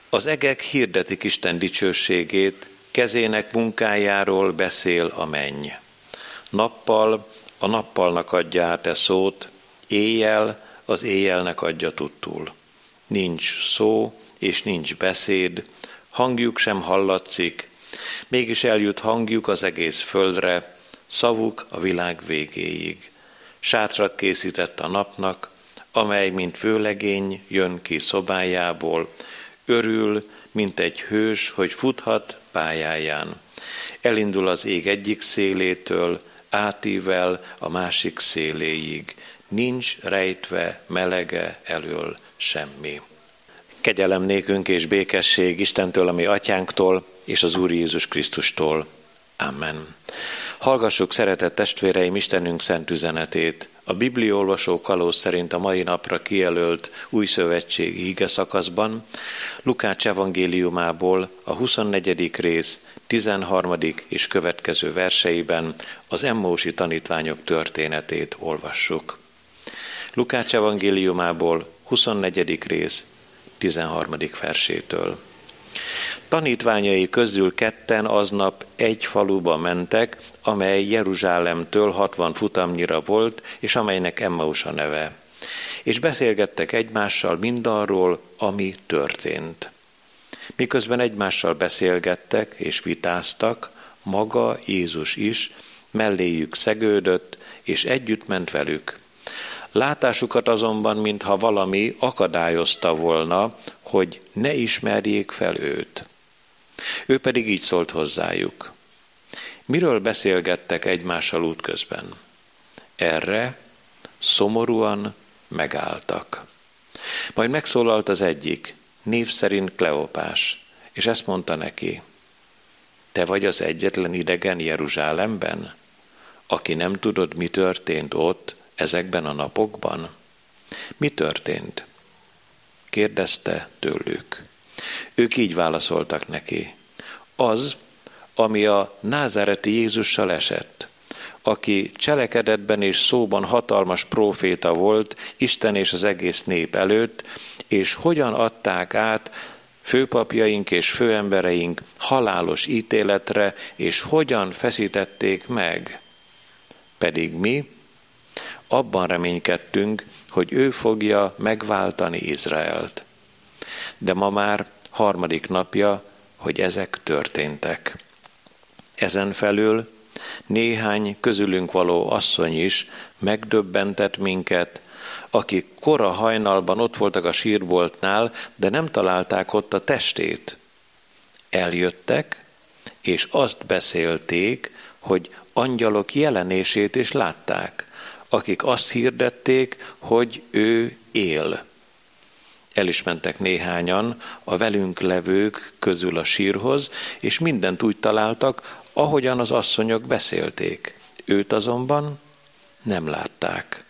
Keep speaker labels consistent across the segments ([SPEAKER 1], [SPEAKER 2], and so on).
[SPEAKER 1] Az egek hirdetik Isten dicsőségét, kezének munkájáról beszél a menny. Nappal a nappalnak adja át e szót, éjjel az éjjelnek adja tudtul. Nincs szó és nincs beszéd, hangjuk sem hallatszik, mégis eljut hangjuk az egész földre, szavuk a világ végéig. Sátrat készített a napnak, amely, mint vőlegény, jön ki szobájából, örül, mint egy hős, hogy futhat pályáján. Elindul az ég egyik szélétől, átível a másik széléig. Nincs rejtve melege elől semmi. Kegyelem nékünk és békesség Istentől, a mi atyánktól, és az Úr Jézus Krisztustól. Amen. Hallgassuk, szeretett testvéreim, Istenünk szent üzenetét. A bibliaolvasó kalóz szerint a mai napra kijelölt újszövetségi igeszakaszban, Lukács evangéliumából a 24. rész 13. és következő verseiben az emmausi tanítványok történetét olvassuk. Lukács evangéliumából 24. rész 13. versétől. Tanítványai közül ketten aznap egy faluba mentek, amely Jeruzsálemtől 60 futamnyira volt, és amelynek Emmaus a neve. És beszélgettek egymással mindarról, ami történt. Miközben egymással beszélgettek és vitáztak, maga Jézus is melléjük szegődött, és együtt ment velük. Látásukat azonban, mintha valami akadályozta volna, hogy ne ismerjék fel őt. Ő pedig így szólt hozzájuk. Miről beszélgettek egymással útközben? Erre szomorúan megálltak. Majd megszólalt az egyik, név szerint Kleopás, és ezt mondta neki. Te vagy az egyetlen idegen Jeruzsálemben, aki nem tudod, mi történt ott ezekben a napokban? Mi történt? Kérdezte tőlük. Ők így válaszoltak neki. Az, ami a názáreti Jézussal esett, aki cselekedetben és szóban hatalmas próféta volt Isten és az egész nép előtt, és hogyan adták át főpapjaink és főembereink halálos ítéletre, és hogyan feszítették meg. Pedig mi abban reménykedtünk, hogy ő fogja megváltani Izraelt. De ma már 3. napja, hogy ezek történtek. Ezen felül néhány közülünk való asszony is megdöbbentett minket, akik kora hajnalban ott voltak a sírboltnál, de nem találták ott a testét. Eljöttek, és azt beszélték, hogy angyalok jelenését is látták, akik azt hirdették, hogy ő él. El is mentek néhányan a velünk levők közül a sírhoz, és mindent úgy találtak, ahogyan az asszonyok beszélték. Őt azonban nem látták.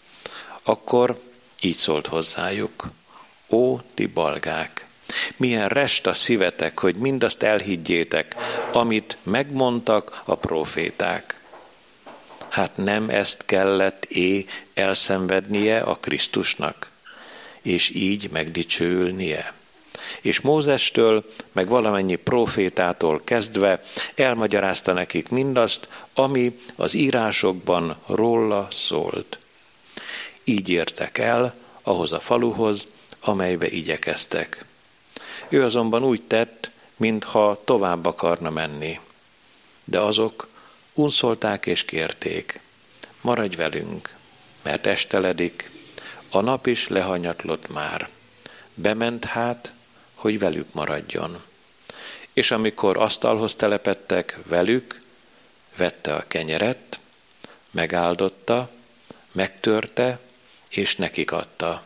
[SPEAKER 1] Akkor így szólt hozzájuk. Ó, ti balgák! Milyen rest a szívetek, hogy mindazt elhiggyétek, amit megmondtak a próféták. Hát nem ezt kellett elszenvednie a Krisztusnak, és így megdicsőülnie. És Mózestől, meg valamennyi prófétától kezdve elmagyarázta nekik mindazt, ami az írásokban róla szólt. Így értek el ahhoz a faluhoz, amelybe igyekeztek. Ő azonban úgy tett, mintha tovább akarna menni. De azok unszolták és kérték, maradj velünk, mert esteledik, a nap is lehanyatlott már. Bement hát, hogy velük maradjon. És amikor asztalhoz telepedtek velük, vette a kenyeret, megáldotta, megtörte, és nekik adta.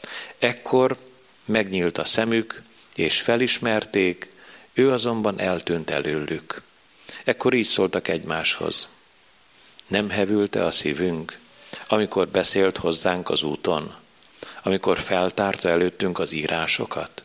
[SPEAKER 1] Ekkor megnyílt a szemük, és felismerték, ő azonban eltűnt előlük. Ekkor így szóltak egymáshoz. Nem hevülte a szívünk, amikor beszélt hozzánk az úton, amikor feltárta előttünk az írásokat?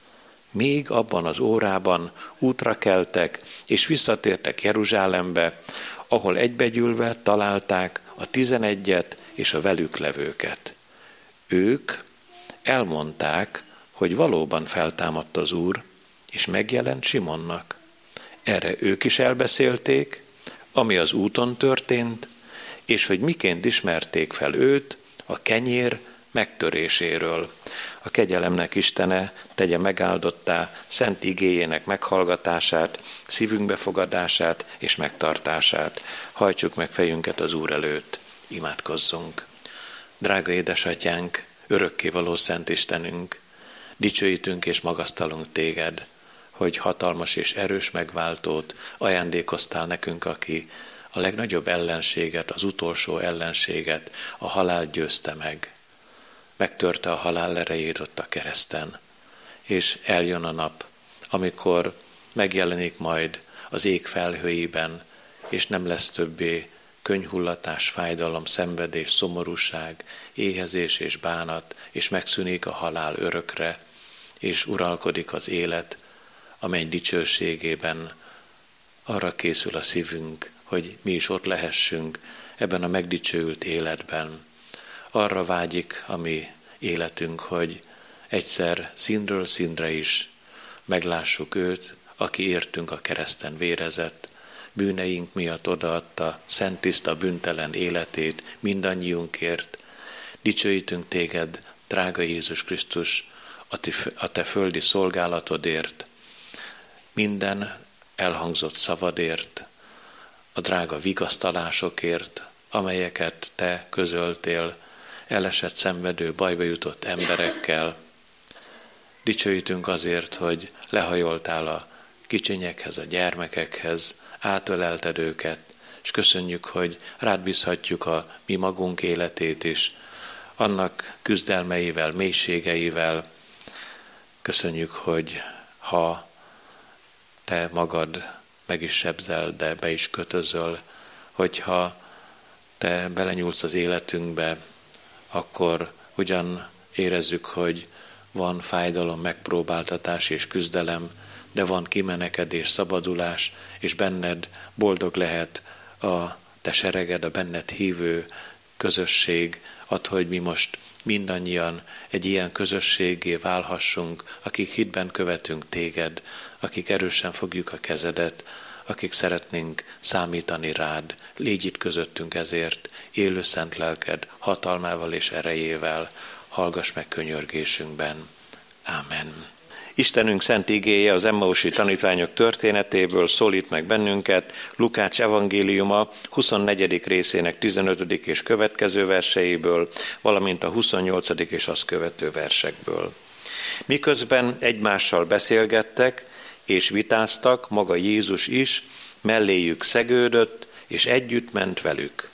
[SPEAKER 1] Még abban az órában útra keltek, és visszatértek Jeruzsálembe, ahol egybegyűlve találták a 11 és a velük levőket. Ők elmondták, hogy valóban feltámadt az Úr, és megjelent Simonnak. Erre ők is elbeszélték, ami az úton történt, és hogy miként ismerték fel őt a kenyér megtöréséről. A kegyelemnek Istene tegye megáldottá szent igéjének meghallgatását, szívünk befogadását és megtartását. Hajtsuk meg fejünket az Úr előtt, imádkozzunk. Drága édesatyánk, örökkévaló Szent Istenünk, dicsőítünk és magasztalunk téged, hogy hatalmas és erős megváltót ajándékoztál nekünk, aki a legnagyobb ellenséget, az utolsó ellenséget, a halált győzte meg. Megtörte a halál erejét ott a kereszten. És eljön a nap, amikor megjelenik majd az ég felhőiben, és nem lesz többé könnyhullatás, fájdalom, szenvedés, szomorúság, éhezés és bánat, és megszűnik a halál örökre, és uralkodik az élet, amely dicsőségében arra készül a szívünk, hogy mi is ott lehessünk ebben a megdicsőült életben. Arra vágyik a mi életünk, hogy egyszer színről színre is meglássuk őt, aki értünk a kereszten vérezett, bűneink miatt odaadta szent tiszta bűntelen életét mindannyiunkért. Dicsőítünk téged, drága Jézus Krisztus, a te földi szolgálatodért, minden elhangzott szavadért, a drága vigasztalásokért, amelyeket te közöltél elesett, szenvedő, bajba jutott emberekkel. Dicsőítünk azért, hogy lehajoltál a kicsinyekhez, a gyermekekhez, átölelted őket, és köszönjük, hogy rád bízhatjuk a mi magunk életét is, annak küzdelmeivel, mélységeivel. Köszönjük, hogy ha te magad meg is sebzel, de be is kötözöl, hogyha te belenyúlsz az életünkbe, akkor ugyan érezzük, hogy van fájdalom, megpróbáltatás és küzdelem, de van kimenekedés, szabadulás, és benned boldog lehet a te sereged, a benned hívő közösség, add, hogy mi most mindannyian egy ilyen közösségé válhassunk, akik hitben követünk téged, akik erősen fogjuk a kezedet, akik szeretnénk számítani rád. Légy itt közöttünk ezért, élő szent lelked hatalmával és erejével, hallgass meg könyörgésünkben. Ámen. Istenünk szent igéje az emmausi tanítványok történetéből szólít meg bennünket, Lukács evangéliuma 24. részének 15. és következő verseiből, valamint a 28. és azt követő versekből. Miközben egymással beszélgettek és vitáztak, maga Jézus is melléjük szegődött, és együtt ment velük.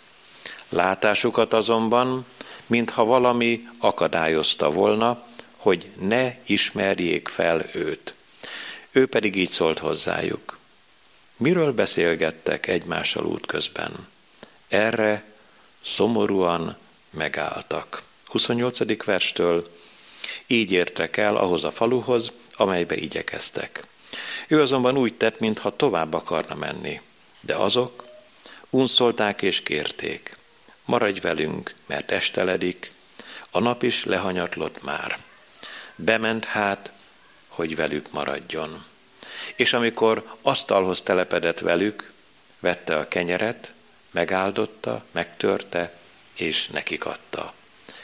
[SPEAKER 1] Látásukat azonban, mintha valami akadályozta volna, hogy ne ismerjék fel őt. Ő pedig így szólt hozzájuk. Miről beszélgettek egymással útközben? Erre szomorúan megálltak. 28. verstől így értek el ahhoz a faluhoz, amelybe igyekeztek. Ő azonban úgy tett, mintha tovább akarna menni, de azok unszolták és kérték. Maradj velünk, mert esteledik, a nap is lehanyatlott már. Bement hát, hogy velük maradjon. És amikor asztalhoz telepedett velük, vette a kenyeret, megáldotta, megtörte, és nekik adta.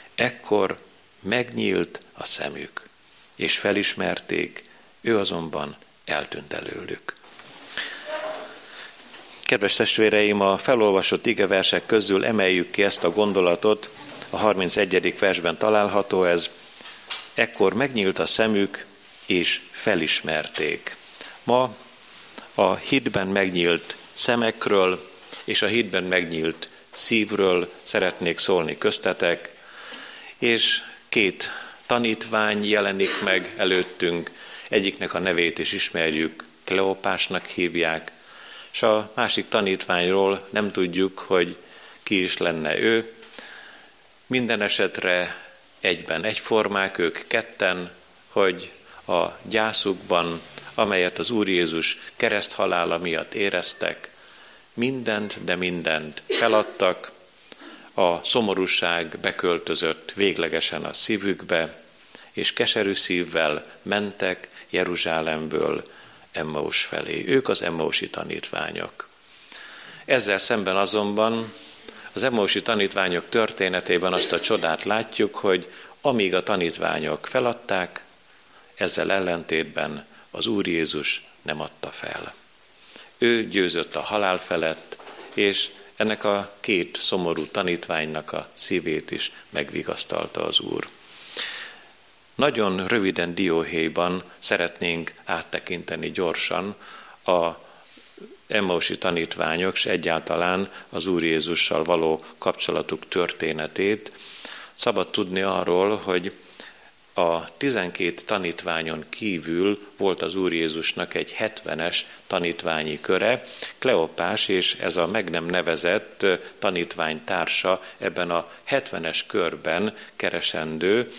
[SPEAKER 1] Ekkor megnyílt a szemük, és felismerték, ő azonban eltűnt előlük. Kedves testvéreim, a felolvasott igeversek közül emeljük ki ezt a gondolatot, a 31. versben található ez, ekkor megnyílt a szemük, és felismerték. Ma a hitben megnyílt szemekről, és a hitben megnyílt szívről szeretnék szólni köztetek, és két tanítvány jelenik meg előttünk, egyiknek a nevét is ismerjük, Kleopásnak hívják, és a másik tanítványról nem tudjuk, hogy ki is lenne ő. Minden esetre egyben egyformák ők ketten, hogy a gyászukban, amelyet az Úr Jézus kereszthalála miatt éreztek, mindent, de mindent feladtak, a szomorúság beköltözött véglegesen a szívükbe, és keserű szívvel mentek Jeruzsálemből Emmaus felé. Ők az emmausi tanítványok. Ezzel szemben azonban az emmausi tanítványok történetében azt a csodát látjuk, hogy amíg a tanítványok feladták, ezzel ellentétben az Úr Jézus nem adta fel. Ő győzött a halál felett, és ennek a két szomorú tanítványnak a szívét is megvigasztalta az Úr. Nagyon röviden dióhéjban szeretnénk áttekinteni gyorsan a emmausi tanítványok, és egyáltalán az Úr Jézussal való kapcsolatuk történetét. Szabad tudni arról, hogy a 12 tanítványon kívül volt az Úr Jézusnak egy 70-es tanítványi köre. Kleopás és ez a meg nem nevezett tanítványtársa ebben a 70-es körben keresendő.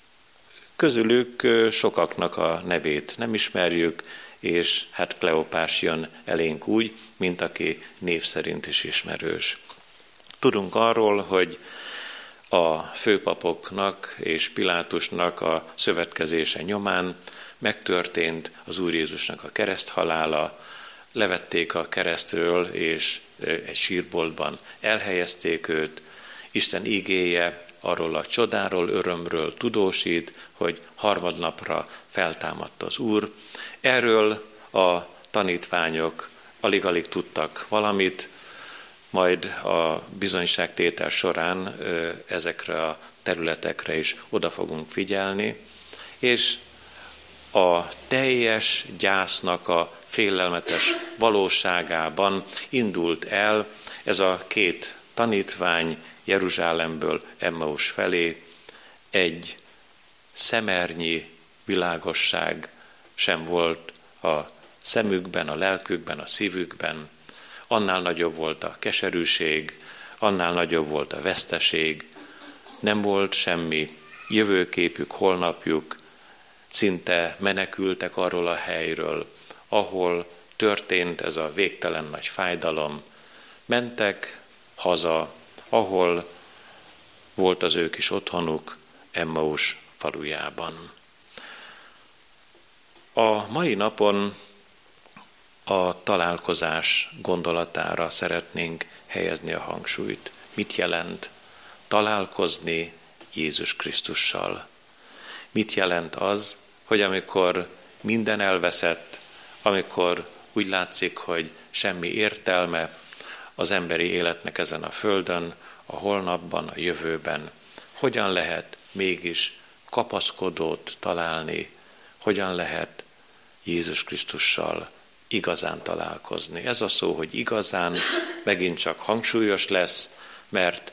[SPEAKER 1] Közülük sokaknak a nevét nem ismerjük, és hát Kleopás jön elénk úgy, mint aki név szerint is ismerős. Tudunk arról, hogy a főpapoknak és Pilátusnak a szövetkezése nyomán megtörtént az Úr Jézusnak a kereszthalála, levették a keresztről, és egy sírboltban elhelyezték őt. Isten igéje arról a csodáról, örömről tudósít, hogy harmadnapra feltámadt az Úr. Erről a tanítványok alig-alig tudtak valamit, majd a bizonyságtétel során ezekre a területekre is oda fogunk figyelni, és a teljes gyásznak a félelmetes valóságában indult el ez a két tanítvány Jeruzsálemből Emmaus felé. Egy szemernyi világosság sem volt a szemükben, a lelkükben, a szívükben. Annál nagyobb volt a keserűség, annál nagyobb volt a veszteség, nem volt semmi jövőképük, holnapjuk, szinte menekültek arról a helyről, ahol történt ez a végtelen nagy fájdalom. Mentek haza, ahol volt az ő kis otthonuk, Emmaus falujában. A mai napon a találkozás gondolatára szeretnénk helyezni a hangsúlyt. Mit jelent találkozni Jézus Krisztussal? Mit jelent az, hogy amikor minden elveszett, amikor úgy látszik, hogy semmi értelme az emberi életnek ezen a földön, a holnapban, a jövőben, hogyan lehet mégis kapaszkodót találni, hogyan lehet Jézus Krisztussal igazán találkozni. Ez a szó, hogy igazán, megint csak hangsúlyos lesz, mert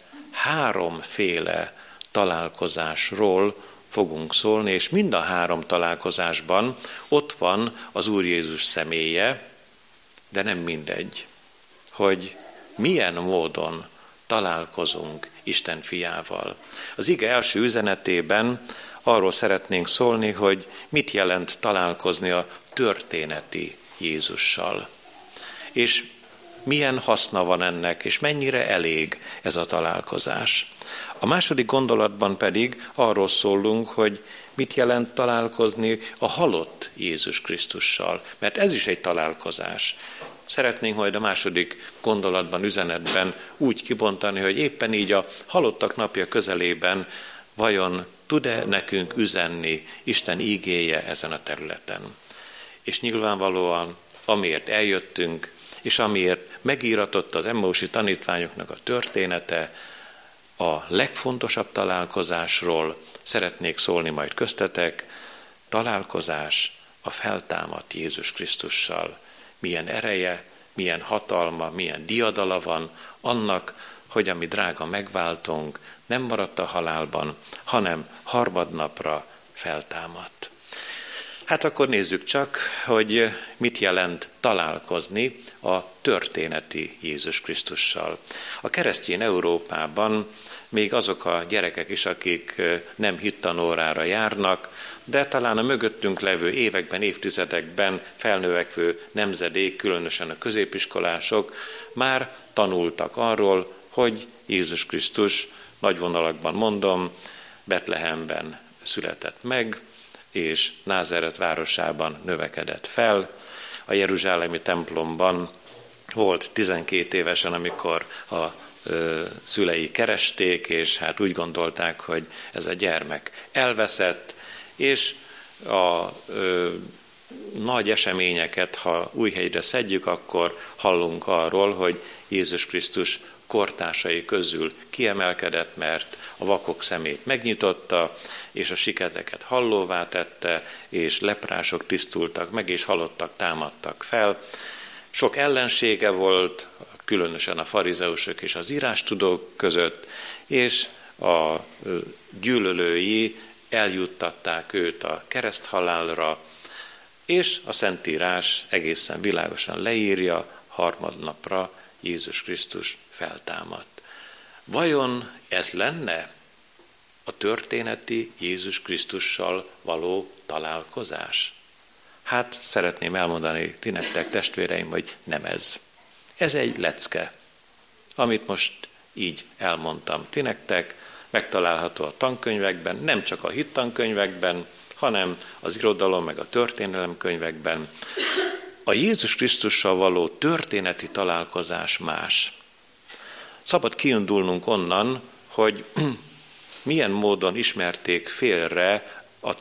[SPEAKER 1] háromféle találkozásról fogunk szólni, és mind a három találkozásban ott van az Úr Jézus személye, de nem mindegy, hogy milyen módon találkozunk Isten fiával. Az ige első üzenetében arról szeretnénk szólni, hogy mit jelent találkozni a történeti Jézussal. És milyen haszna van ennek, és mennyire elég ez a találkozás. A második gondolatban pedig arról szólunk, hogy mit jelent találkozni a halott Jézus Krisztussal, mert ez is egy találkozás. Szeretnénk majd a második gondolatban, üzenetben úgy kibontani, hogy éppen így a halottak napja közelében vajon tud-e nekünk üzenni Isten ígéje ezen a területen. És nyilvánvalóan, amiért eljöttünk, és amiért megíratott az emmausi tanítványoknak a története, a legfontosabb találkozásról szeretnék szólni majd köztetek, találkozás a feltámadt Jézus Krisztussal. Milyen ereje, milyen hatalma, milyen diadala van annak, hogy a mi drága megváltónk nem maradt a halálban, hanem harmadnapra feltámadt. Hát akkor nézzük csak, hogy mit jelent találkozni a történeti Jézus Krisztussal. A keresztény Európában még azok a gyerekek is, akik nem hittanórára járnak, de talán a mögöttünk levő években, évtizedekben felnövekvő nemzedék, különösen a középiskolások már tanultak arról, hogy Jézus Krisztus, nagy vonalakban mondom, Betlehemben született meg, és Názáreth városában növekedett fel. A jeruzsálemi templomban volt 12 évesen, amikor a szülei keresték, és hát úgy gondolták, hogy ez a gyermek elveszett, és a nagy eseményeket, ha Újhegyre szedjük, akkor hallunk arról, hogy Jézus Krisztus kortársai közül kiemelkedett, mert a vakok szemét megnyitotta, és a siketeket hallóvá tette, és leprások tisztultak meg, és halottak támadtak fel. Sok ellensége volt, különösen a farizeusok és az írástudók között, és a gyűlölői eljuttatták őt a kereszthalálra, és a Szentírás egészen világosan leírja, harmadnapra Jézus Krisztus feltámadt. Vajon ez lenne a történeti Jézus Krisztussal való találkozás? Hát szeretném elmondani ti nektek, testvéreim, hogy nem ez. Ez egy lecke, amit most így elmondtam ti nektek, megtalálható a tankönyvekben, nem csak a hittankönyvekben, hanem az irodalom meg a történelem könyvekben. A Jézus Krisztussal való történeti találkozás más. Szabad kiindulnunk onnan, hogy milyen módon ismerték félre a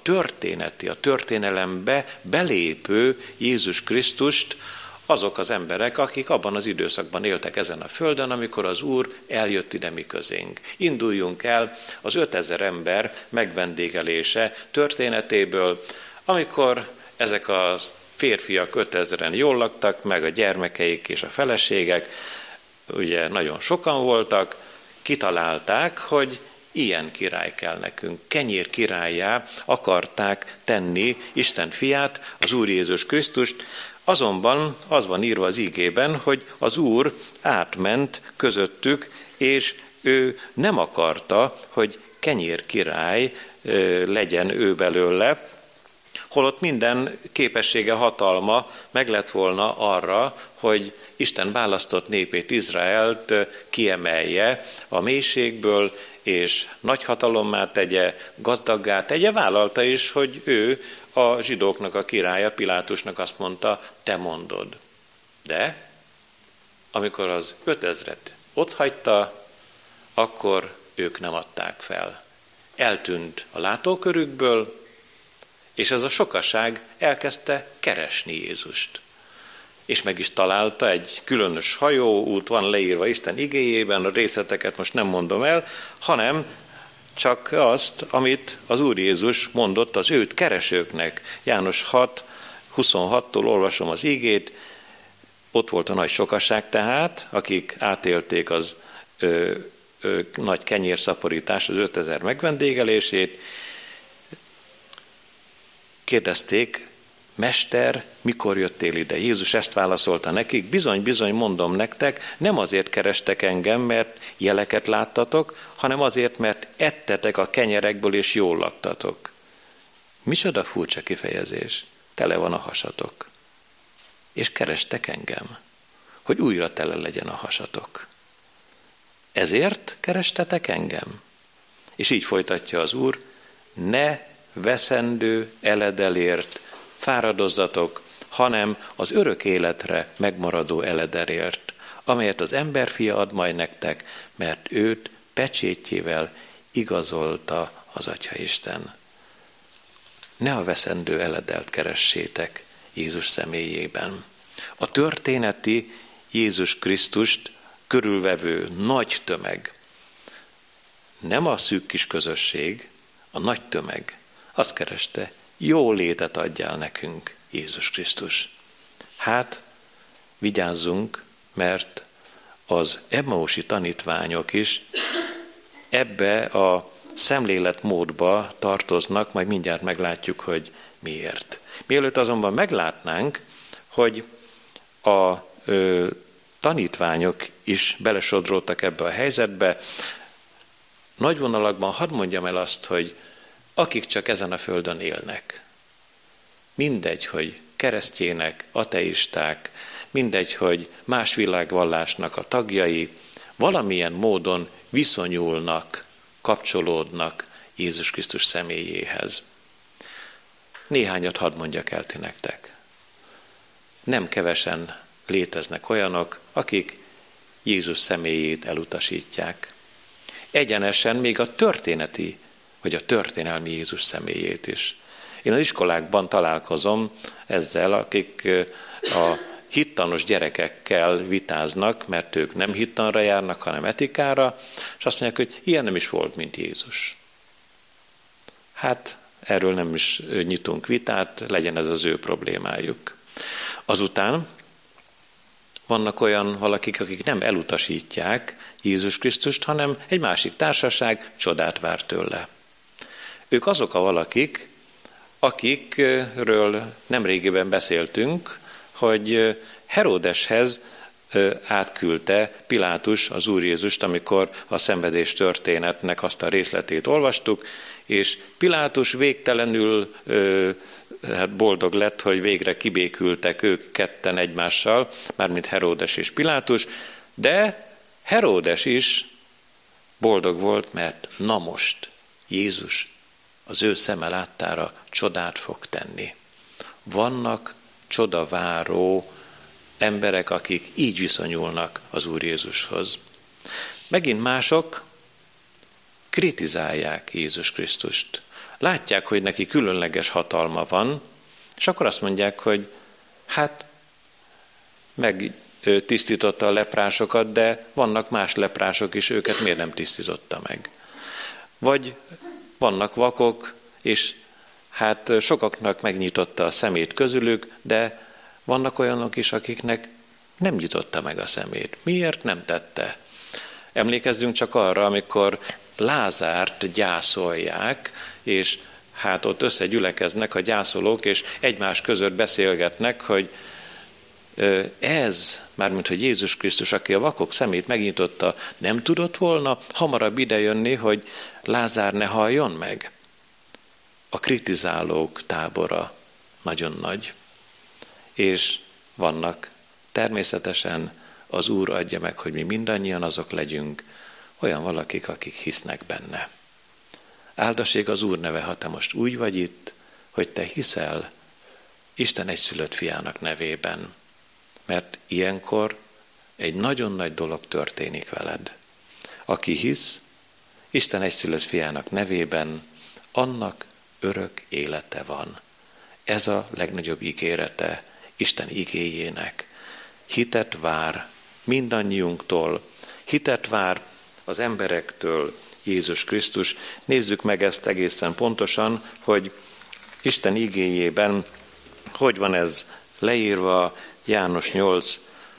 [SPEAKER 1] történelembe belépő Jézus Krisztust azok az emberek, akik abban az időszakban éltek ezen a földön, amikor az Úr eljött ide mi közénk. Induljunk el az 5000 ember megvendégelése történetéből, amikor ezek a férfiak 5000-en jól laktak, meg a gyermekeik és a feleségek, ugye nagyon sokan voltak, kitalálták, hogy ilyen király kell nekünk. Kenyér királlyá akarták tenni Isten fiát, az Úr Jézus Krisztust, azonban az van írva az ígében, hogy az Úr átment közöttük, és ő nem akarta, hogy kenyér király legyen ő belőle, holott minden képessége, hatalma meg lett volna arra, hogy Isten választott népét, Izraelt kiemelje a mélységből, és nagy hatalommá tegye, gazdaggá tegye, vállalta is, hogy ő a zsidóknak a királya, Pilátusnak azt mondta, te mondod. De amikor az 5000-et otthagyta, akkor ők nem adták fel. Eltűnt a látókörükből, és ez a sokaság elkezdte keresni Jézust. És meg is találta, egy különös hajóút van leírva Isten igéjében, a részleteket most nem mondom el, hanem csak azt, amit az Úr Jézus mondott az őt keresőknek. János 6:26-tól olvasom az igét, ott volt a nagy sokaság tehát, akik átélték az nagy kenyérszaporítást, az 5000 megvendégelését, kérdezték, Mester, mikor jöttél ide? Jézus ezt válaszolta nekik, bizony, mondom nektek, nem azért kerestek engem, mert jeleket láttatok, hanem azért, mert ettetek a kenyerekből és jól laktatok. Micsoda furcsa kifejezés, tele van a hasatok. És kerestek engem, hogy újra tele legyen a hasatok. Ezért kerestetek engem? És így folytatja az Úr, ne veszendő eledelért fáradozzatok, hanem az örök életre megmaradó eledelért, amelyet az emberfia ad majd nektek, mert őt pecsétjével igazolta az Atyaisten. Ne a veszendő eledelt keressétek Jézus személyében. A történeti Jézus Krisztust körülvevő nagy tömeg, nem a szűk kis közösség, a nagy tömeg, azt kereste, jó létet adjál nekünk, Jézus Krisztus. Hát, vigyázzunk, mert az Emmausi tanítványok is ebbe a szemléletmódba tartoznak, majd mindjárt meglátjuk, hogy miért. Mielőtt azonban meglátnánk, hogy a tanítványok is belesodródtak ebbe a helyzetbe, nagy vonalakban hadd mondjam el azt, hogy akik csak ezen a földön élnek, mindegy, hogy keresztjének, ateisták, mindegy, hogy más világvallásnak a tagjai, valamilyen módon viszonyulnak, kapcsolódnak Jézus Krisztus személyéhez. Néhányat hadd mondjak el ti nektek. Nem kevesen léteznek olyanok, akik Jézus személyét elutasítják. Egyenesen még a történeti, vagy a történelmi Jézus személyét is. Én az iskolákban találkozom ezzel, akik a hittanos gyerekekkel vitáznak, mert ők nem hittanra járnak, hanem etikára, és azt mondják, hogy ilyen nem is volt, mint Jézus. Hát erről nem is nyitunk vitát, legyen ez az ő problémájuk. Azután vannak olyan valakik, akik nem elutasítják Jézus Krisztust, hanem egy másik társaság csodát vár tőle. Ők azok a valakik, akikről nemrégiben beszéltünk, hogy Heródeshez átküldte Pilátus az Úr Jézust, amikor a szenvedés történetnek azt a részletét olvastuk, és Pilátus végtelenül boldog lett, hogy végre kibékültek ők ketten egymással, mármint Heródes és Pilátus, de Heródes is boldog volt, mert na most Jézus az ő szeme láttára csodát fog tenni. Vannak csodaváró emberek, akik így viszonyulnak az Úr Jézushoz. Megint mások kritizálják Jézus Krisztust. Látják, hogy neki különleges hatalma van, és akkor azt mondják, hogy hát megtisztította a leprásokat, de vannak más leprások is, őket miért nem tisztította meg? Vagy vannak vakok, és hát sokaknak megnyitotta a szemét közülük, de vannak olyanok is, akiknek nem nyitotta meg a szemét. Miért nem tette? Emlékezzünk csak arra, amikor Lázárt gyászolják, és hát ott összegyülekeznek a gyászolók, és egymás között beszélgetnek, hogy ez, mármint hogy Jézus Krisztus, aki a vakok szemét megnyitotta, nem tudott volna hamarabb idejönni, hogy Lázár ne halljon meg? A kritizálók tábora nagyon nagy. És vannak természetesen, az Úr adja meg, hogy mi mindannyian azok legyünk, olyan valakik, akik hisznek benne. Áldassék az Úr neve, ha te most úgy vagy itt, hogy te hiszel Isten egyszülött fiának nevében. Mert ilyenkor egy nagyon nagy dolog történik veled. Aki hisz Isten egyszülött fiának nevében, annak örök élete van. Ez a legnagyobb ígérete Isten igéjének. Hitet vár mindannyiunktól, hitet vár az emberektől Jézus Krisztus. Nézzük meg ezt egészen pontosan, hogy Isten igéjében hogy van ez leírva János 8,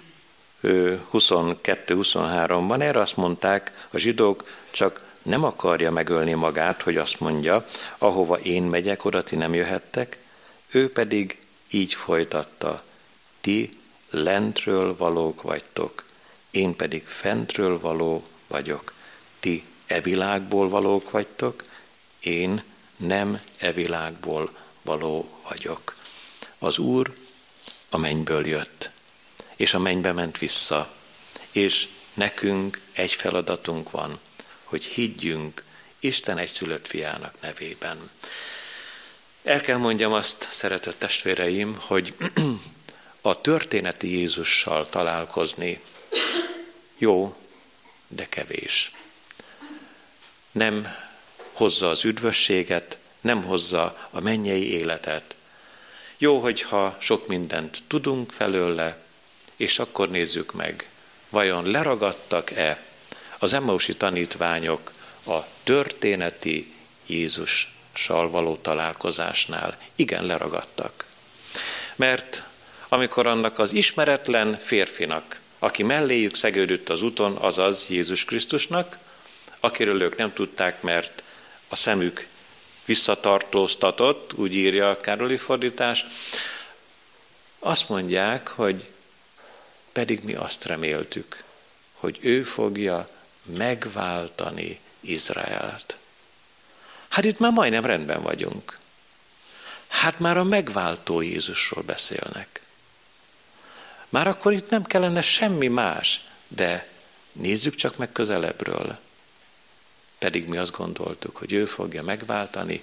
[SPEAKER 1] 22-23-ban. Erre azt mondták a zsidók, csak nem akarja megölni magát, hogy azt mondja, ahova én megyek, oda ti nem jöhettek. Ő pedig így folytatta, ti lentről valók vagytok, én pedig fentről való vagyok. Ti e világból valók vagytok, én nem e világból való vagyok. Az Úr a mennyből jött, és a mennybe ment vissza, és nekünk egy feladatunk van, hogy higgyünk Isten egyszülött fiának nevében. El kell mondjam azt, szeretett testvéreim, hogy a történeti Jézussal találkozni jó, de kevés. Nem hozza az üdvösséget, nem hozza a mennyei életet. Jó, hogyha sok mindent tudunk felőle, és akkor nézzük meg, vajon leragadtak-e az Emmausi tanítványok a történeti Jézussal való találkozásnál? Igen, leragadtak. Mert amikor annak az ismeretlen férfinak, aki melléjük szegődött az úton, azaz Jézus Krisztusnak, akiről ők nem tudták, mert a szemük visszatartóztatott, úgy írja a Károli fordítás, azt mondják, hogy pedig mi azt reméltük, hogy ő fogja megváltani Izraelt. Hát itt már majdnem rendben vagyunk. Hát már a megváltó Jézusról beszélnek. Már akkor itt nem kellene semmi más, de nézzük csak meg közelebbről. pedig mi azt gondoltuk, hogy ő fogja megváltani.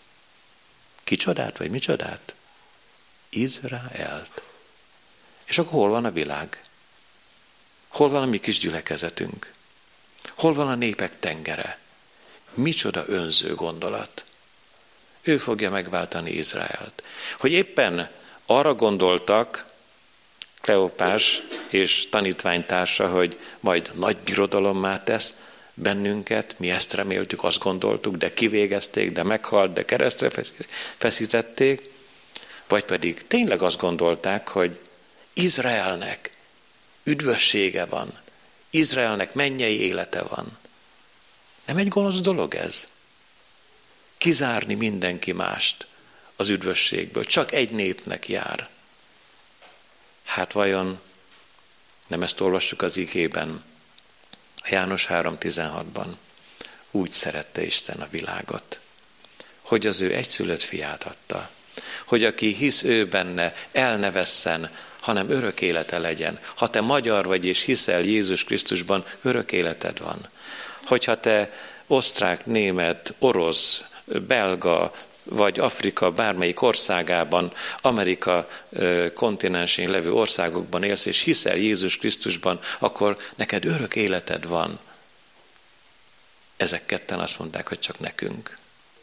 [SPEAKER 1] Kicsodát vagy micsodát? Izraelt. És akkor hol van a világ? Hol van a mi kis gyülekezetünk? Hol van a népek tengere? Micsoda önző gondolat. Ő fogja megváltani Izraelt. Hogy éppen arra gondoltak Kleopás és tanítványtársa, hogy majd nagy birodalommá tesz bennünket, mi ezt reméltük, azt gondoltuk, de kivégezték, de meghalt, de keresztre feszítették, vagy pedig tényleg azt gondolták, hogy Izraelnek üdvössége van, Izraelnek mennyei élete van. Nem egy gonosz dolog ez? Kizárni mindenki mást az üdvösségből. Csak egy népnek jár. Hát vajon nem ezt olvassuk az igében, a János 3:16-ban? Úgy szerette Isten a világot, hogy az ő egyszülött fiát adta, hogy aki hisz ő benne, el ne vesszen, hanem örök élete legyen. Ha te magyar vagy és hiszel Jézus Krisztusban, örök életed van. Hogyha te osztrák, német, orosz, belga, vagy Afrika bármelyik országában, Amerika kontinensén levő országokban élsz, és hiszel Jézus Krisztusban, akkor neked örök életed van. Ezek ketten azt mondták, hogy csak nekünk.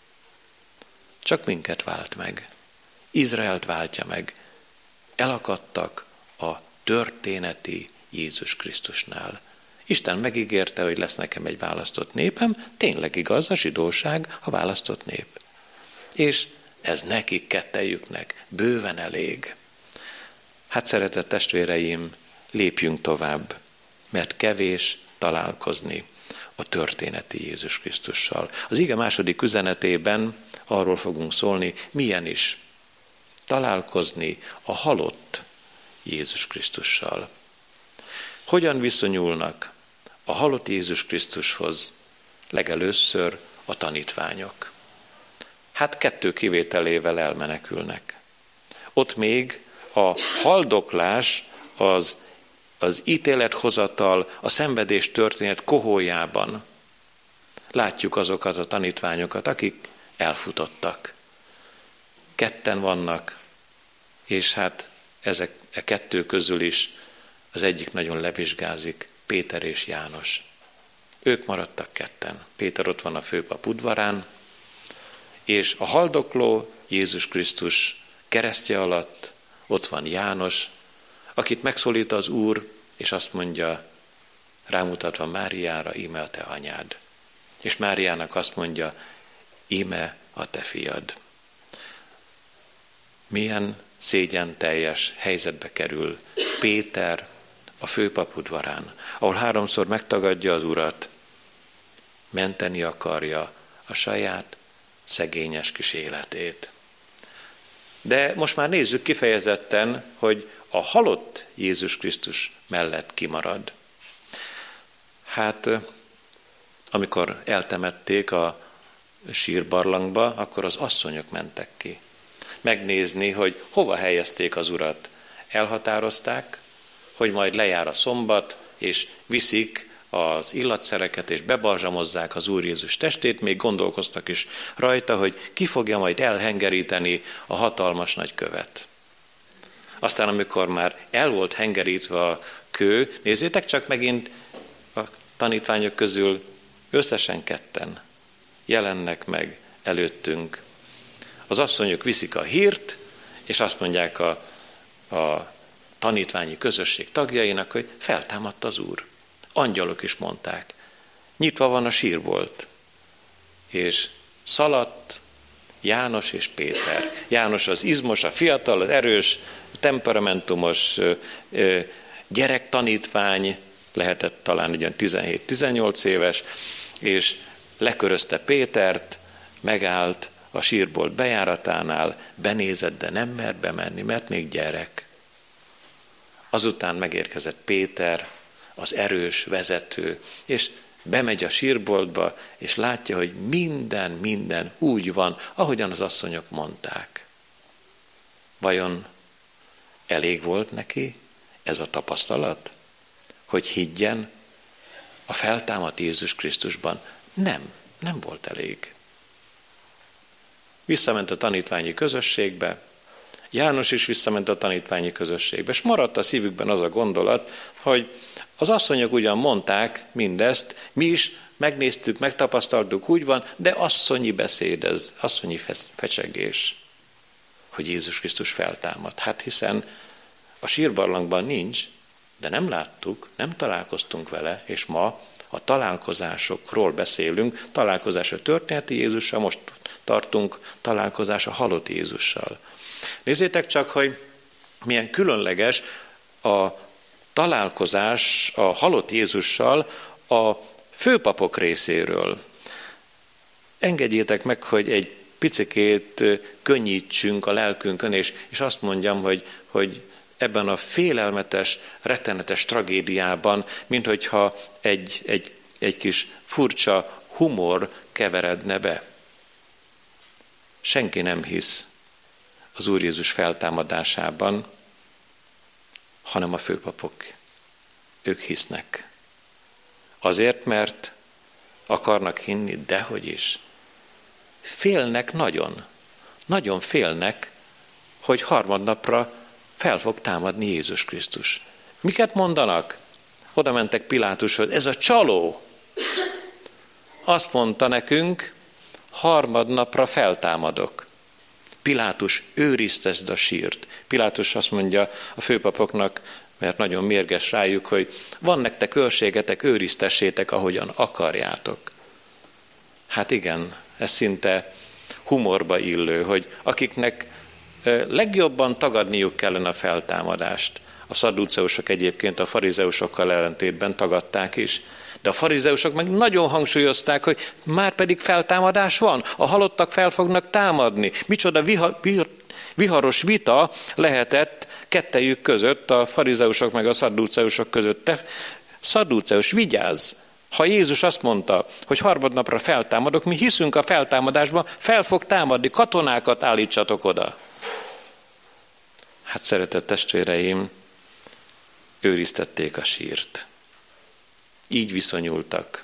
[SPEAKER 1] Csak minket vált meg. Izraelt váltja meg. Elakadtak a történeti Jézus Krisztusnál. Isten megígérte, hogy lesz nekem egy választott népem, tényleg igaz, a zsidóság a választott nép. És ez nekik kettejüknek bőven elég. Hát szeretett testvéreim, lépjünk tovább, mert kevés találkozni a történeti Jézus Krisztussal. Az ige második üzenetében arról fogunk szólni, milyen is találkozni a halott Jézus Krisztussal. Hogyan viszonyulnak a halott Jézus Krisztushoz legelőször a tanítványok? Hát 2 kivételével elmenekülnek. Ott még a haldoklás, az ítélethozatal, a szenvedés történet kohójában látjuk azokat a tanítványokat, akik elfutottak. 2 vannak, és hát ezek a 2 közül is az egyik nagyon levizsgázik, Péter és János. Ők maradtak 2. Péter ott van a főpap udvarán, és a haldokló Jézus Krisztus keresztje alatt ott van János, akit megszólít az Úr, és azt mondja, rámutatva Máriára, íme a te anyád. És Máriának azt mondja, íme a te fiad. Milyen szégyenteljes helyzetbe kerül Péter a főpap udvarán, ahol 3-szor megtagadja az Urat, menteni akarja a saját szegényes kis életét. De most már nézzük kifejezetten, hogy a halott Jézus Krisztus mellett kimarad. Hát, amikor eltemették a sírbarlangba, akkor az asszonyok mentek ki. Megnézni, hogy hova helyezték az Urat. Elhatározták, hogy majd lejár a szombat, és viszik az illatszereket, és bebalzsamozzák az Úr Jézus testét, még gondolkoztak is rajta, hogy ki fogja majd elhengeríteni a hatalmas nagy követ. Aztán, amikor már el volt hengerítve a kő, nézzétek csak megint a tanítványok közül összesen 2 jelennek meg előttünk. Az asszonyok viszik a hírt, és azt mondják a tanítványi közösség tagjainak, hogy feltámadt az Úr. Angyalok is mondták. Nyitva van a sírbolt. És szaladt János és Péter. János az izmos, a fiatal, az erős, temperamentumos gyerektanítvány, lehetett talán ugyan 17-18 éves, és lekörözte Pétert, megállt a sírbolt bejáratánál, benézett, de nem mer bemenni, mert még gyerek. Azután megérkezett Péter, az erős vezető, és bemegy a sírboltba, és látja, hogy minden úgy van, ahogyan az asszonyok mondták. Vajon elég volt neki ez a tapasztalat, hogy higgyen a feltámadt Jézus Krisztusban? Nem. nem volt elég. Visszament a tanítványi közösségbe, János is visszament a tanítványi közösségbe, és maradt a szívükben az a gondolat, hogy az asszonyok ugyan mondták mindezt, mi is megnéztük, megtapasztaltuk, úgy van, de asszonyi beszéd ez, asszonyi fecsegés, hogy Jézus Krisztus feltámad. Hát hiszen a sírbarlangban nincs, de nem láttuk, nem találkoztunk vele, és ma a találkozásokról beszélünk, találkozás a történeti Jézussal, most tartunk találkozás a halott Jézussal. Nézzétek csak, hogy milyen különleges a találkozás a halott Jézussal a főpapok részéről. Engedjétek meg, hogy egy picikét könnyítsünk a lelkünkön, és azt mondjam, hogy ebben a félelmetes, rettenetes tragédiában, minthogyha egy kis furcsa humor keveredne be. Senki nem hisz az Úr Jézus feltámadásában, hanem a főpapok. Ők hisznek. Azért, mert akarnak hinni, dehogy is. Félnek nagyon. Nagyon félnek, hogy harmadnapra fel fog támadni Jézus Krisztus. Miket mondanak? Oda mentek Pilátushoz. Ez a csaló. Azt mondta nekünk, harmadnapra feltámadok. Pilátus, őriztesd a sírt. Pilátus azt mondja a főpapoknak, mert nagyon mérges rájuk, hogy van nektek őrségetek, őriztessétek, ahogyan akarjátok. Hát igen, ez szinte humorba illő, hogy akiknek legjobban tagadniuk kellene a feltámadást. A szadduceusok egyébként a farizeusokkal ellentétben tagadták is. De a farizeusok meg nagyon hangsúlyozták, hogy már pedig feltámadás van, a halottak fel fognak támadni. Micsoda viharos vita lehetett kettejük között, a farizeusok meg a szadduceusok között. Te, szadduceus, vigyázz! Ha Jézus azt mondta, hogy harmadnapra feltámadok, mi hiszünk a feltámadásban, fel fog támadni, katonákat állítsatok oda. Hát szeretett testvéreim, őriztették a sírt. Így viszonyultak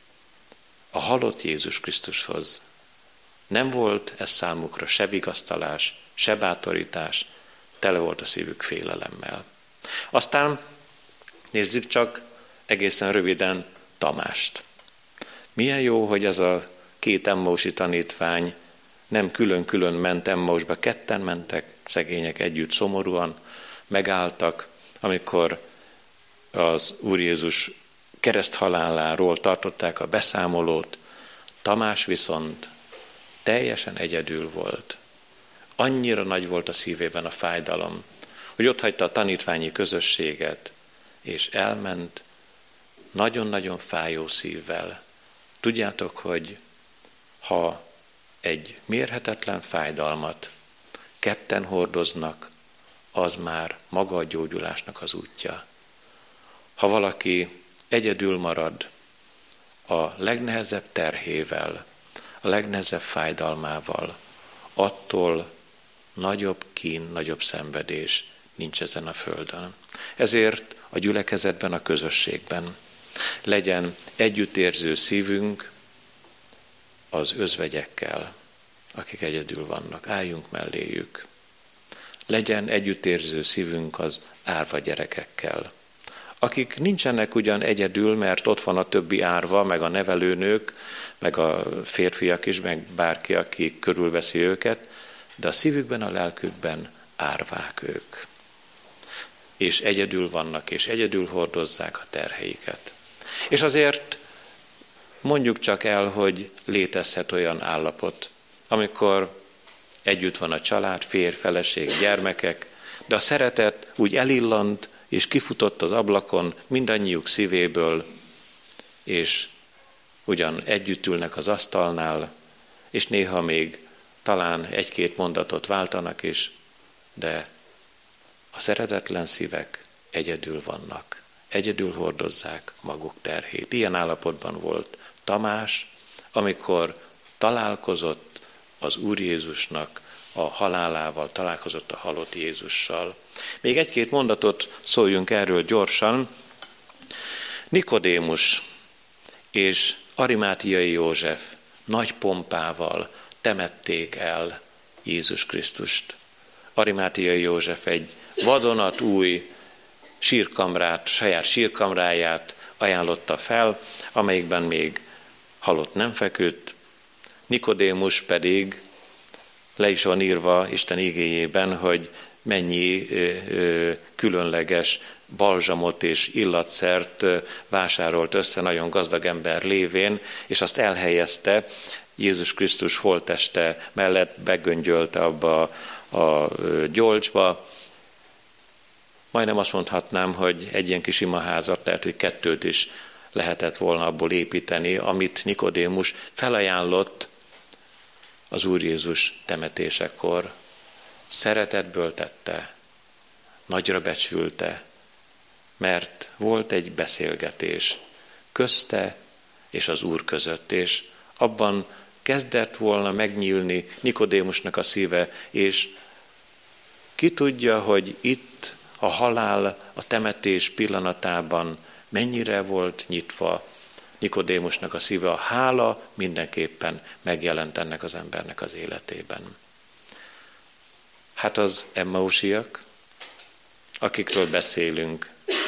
[SPEAKER 1] a halott Jézus Krisztushoz. Nem volt ez számukra se vigasztalás, se bátorítás, tele volt a szívük félelemmel. Aztán nézzük csak egészen röviden Tamást. Milyen jó, hogy ez a két emmausi tanítvány nem külön-külön ment Emmausba, ketten mentek, szegények együtt szomorúan, megálltak, amikor az Úr Jézus kereszthaláláról tartották a beszámolót. Tamás viszont teljesen egyedül volt. Annyira nagy volt a szívében a fájdalom, hogy otthagyta a tanítványi közösséget, és elment nagyon-nagyon fájó szívvel. Tudjátok, hogy ha egy mérhetetlen fájdalmat ketten hordoznak, az már maga a gyógyulásnak az útja. Ha valaki egyedül marad a legnehezebb terhével, a legnehezebb fájdalmával, attól nagyobb kín, nagyobb szenvedés nincs ezen a földön. Ezért a gyülekezetben, a közösségben legyen együttérző szívünk az özvegyekkel, akik egyedül vannak. Álljunk melléjük. Legyen együttérző szívünk az árva gyerekekkel, akik nincsenek ugyan egyedül, mert ott van a többi árva, meg a nevelőnők, meg a férfiak is, meg bárki, aki körülveszi őket, de a szívükben, a lelkükben árvák ők. És egyedül vannak, és egyedül hordozzák a terheiket. És azért mondjuk csak el, hogy létezhet olyan állapot, amikor együtt van a család, férj, feleség, gyermekek, de a szeretet úgy elillant, és kifutott az ablakon mindannyiuk szívéből, és ugyan együtt ülnek az asztalnál, és néha még talán egy-két mondatot váltanak is, de a szeretetlen szívek egyedül vannak, egyedül hordozzák maguk terhét. Ilyen állapotban volt Tamás, amikor találkozott az Úr Jézusnak a halálával, találkozott a halott Jézussal. Még egy-két mondatot szóljunk erről gyorsan. Nikodémus és Arimátiai József nagy pompával temették el Jézus Krisztust. Arimátiai József egy vadonatúj sírkamrát, saját sírkamráját ajánlotta fel, amelyikben még halott nem feküdt. Nikodémus pedig le is van írva Isten igéjében, hogy mennyi különleges balzsamot és illatszert vásárolt össze nagyon gazdag ember lévén, és azt elhelyezte Jézus Krisztus holtteste mellett, begöngyölte abba a gyolcsba. Majdnem azt mondhatnám, hogy egy ilyen kis imaházat, lehet, hogy 2 is lehetett volna abból építeni, amit Nikodémus felajánlott az Úr Jézus temetésekor. Szeretetből tette, nagyra becsülte, mert volt egy beszélgetés közte és az Úr között, és abban kezdett volna megnyílni Nikodémusnak a szíve, és ki tudja, hogy itt a halál, a temetés pillanatában mennyire volt nyitva Nikodémusnak a szíve. A hála mindenképpen megjelent ennek az embernek az életében. Hát az emmausiak, akikről beszélünk,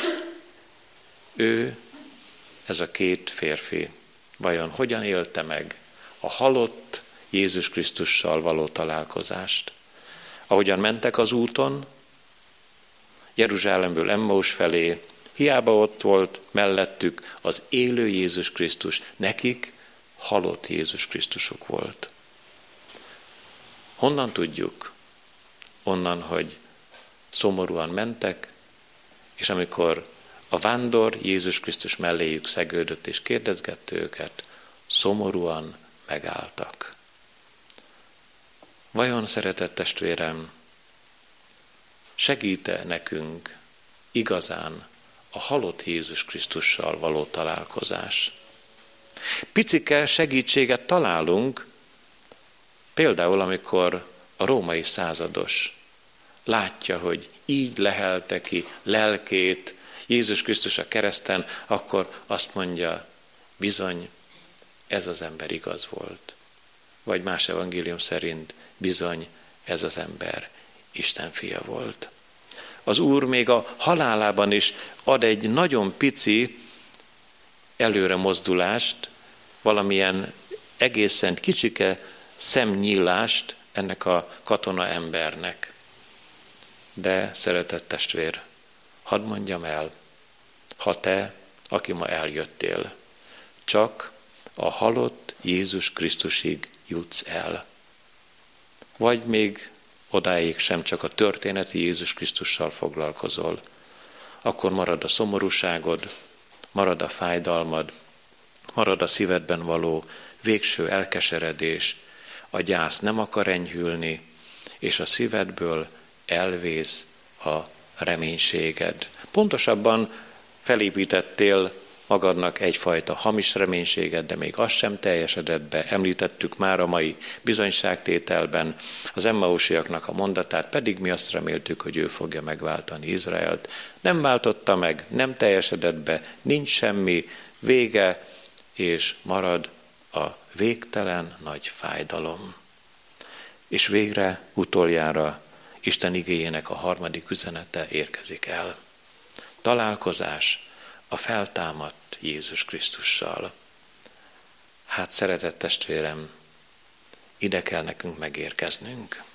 [SPEAKER 1] ez a 2 férfi, vajon hogyan élte meg a halott Jézus Krisztussal való találkozást? Ahogyan mentek az úton, Jeruzsálemből Emmaus felé, hiába ott volt mellettük az élő Jézus Krisztus, nekik halott Jézus Krisztusuk volt. Honnan tudjuk? Onnan, hogy szomorúan mentek, és amikor a vándor Jézus Krisztus melléjük szegődött és kérdezgette őket, szomorúan megálltak. Vajon, szeretett testvérem, segít-e nekünk igazán a halott Jézus Krisztussal való találkozás? Picike segítséget találunk, például amikor a római százados látja, hogy így lehelte ki lelkét Jézus Krisztus a kereszten, akkor azt mondja, bizony, ez az ember igaz volt. Vagy más evangélium szerint, bizony, ez az ember Isten fia volt. Az Úr még a halálában is ad egy nagyon pici előre mozdulást, valamilyen egészen kicsike szemnyílást ennek a katona embernek. De, szeretett testvér, hadd mondjam el, ha te, aki ma eljöttél, csak a halott Jézus Krisztusig jutsz el, vagy még odáig sem csak a történeti Jézus Krisztussal foglalkozol, akkor marad a szomorúságod, marad a fájdalmad, marad a szívedben való végső elkeseredés, a gyász nem akar enyhülni, és a szívedből elvész a reménységed. Pontosabban felépítettél magadnak egyfajta hamis reménységet, de még az sem teljesedett be. Említettük már a mai bizonyságtételben az emmausiaknak a mondatát, pedig mi azt reméltük, hogy ő fogja megváltani Izraelt. Nem váltotta meg, nem teljesedett be, nincs semmi vége, és marad a végtelen nagy fájdalom. És végre, utoljára Isten igéjének a 3. üzenete érkezik el. Találkozás a feltámadt Jézus Krisztussal. Hát, szeretett testvérem, ide kell nekünk megérkeznünk,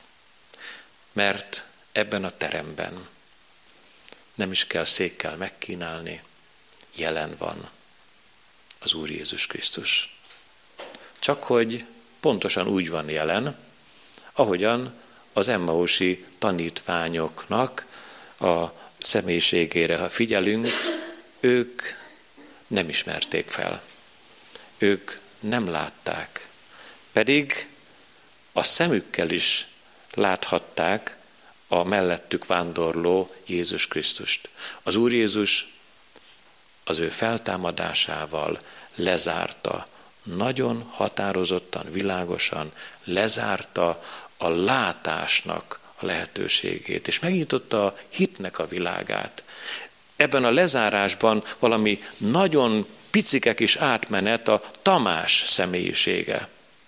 [SPEAKER 1] mert ebben a teremben nem is kell székkel megkínálni, jelen van az Úr Jézus Krisztus. Csak hogy pontosan úgy van jelen, ahogyan az emmausi tanítványoknak a személyiségére, ha figyelünk, ők nem ismerték fel. Ők nem látták. Pedig a szemükkel is láthatták a mellettük vándorló Jézus Krisztust. Az Úr Jézus az ő feltámadásával lezárta, nagyon határozottan, világosan lezárta a látásnak a lehetőségét, és megnyitotta a hitnek a világát. Ebben a lezárásban valami nagyon picike kis átmenet a Tamás személyisége.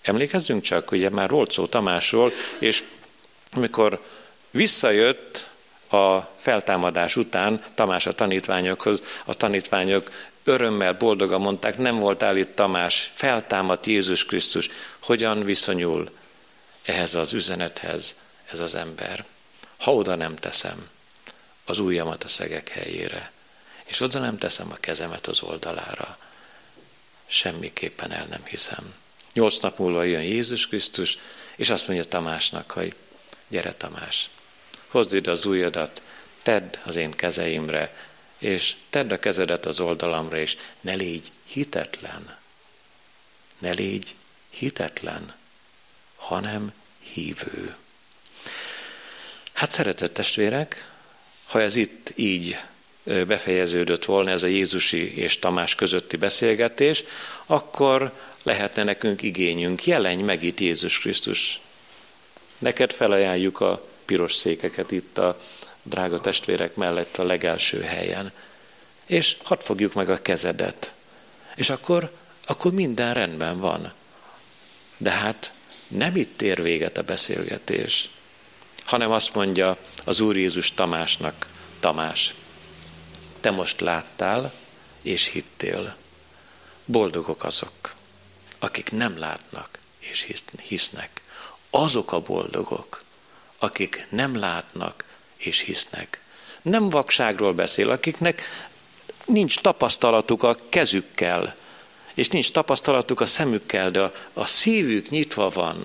[SPEAKER 1] Emlékezzünk csak, ugye már volt szó Tamásról, és amikor visszajött a feltámadás után Tamás a tanítványokhoz, a tanítványok örömmel, boldogan mondták, nem voltál itt Tamás, feltámadt Jézus Krisztus. Hogyan viszonyul ehhez az üzenethez ez az ember? Ha oda nem teszem az ujjamat a szegek helyére, és oda nem teszem a kezemet az oldalára, semmiképpen el nem hiszem. 8 nap múlva jön Jézus Krisztus, és azt mondja Tamásnak, hogy gyere Tamás, hozd ide az ujjadat, tedd az én kezeimre, és tedd a kezedet az oldalamra, és ne légy hitetlen. Ne légy hitetlen, hanem hívő. Hát szeretett testvérek, ha ez itt így befejeződött volna, ez a Jézusi és Tamás közötti beszélgetés, akkor lehetne nekünk igényünk, jelenj meg itt Jézus Krisztus. Neked felajánljuk a piros székeket itt a drága testvérek mellett a legelső helyen. És hadd fogjuk meg a kezedet. És akkor minden rendben van. De hát nem itt ér véget a beszélgetés, hanem azt mondja az Úr Jézus Tamásnak, Tamás, te most láttál és hittél. Boldogok azok, akik nem látnak és hisznek. Azok a boldogok, akik nem látnak és hisznek. Nem vakságról beszél, akiknek nincs tapasztalatuk a kezükkel, és nincs tapasztalatuk a szemükkel, de a szívük nyitva van,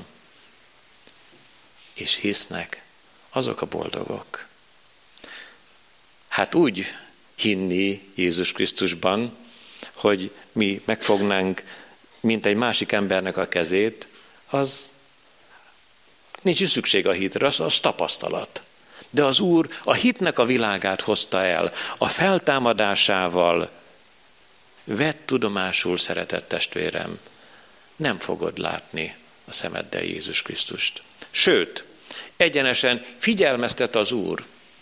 [SPEAKER 1] és hisznek. Azok a boldogok. Hát úgy hinni Jézus Krisztusban, hogy mi megfognánk, mint egy másik embernek a kezét, az nincs is szükség a hitre, az tapasztalat. De az Úr a hitnek a világát hozta el, a feltámadásával. Vedd tudomásul, szeretett testvérem, nem fogod látni a szemeddel Jézus Krisztust. Sőt, egyenesen figyelmeztet az Úr,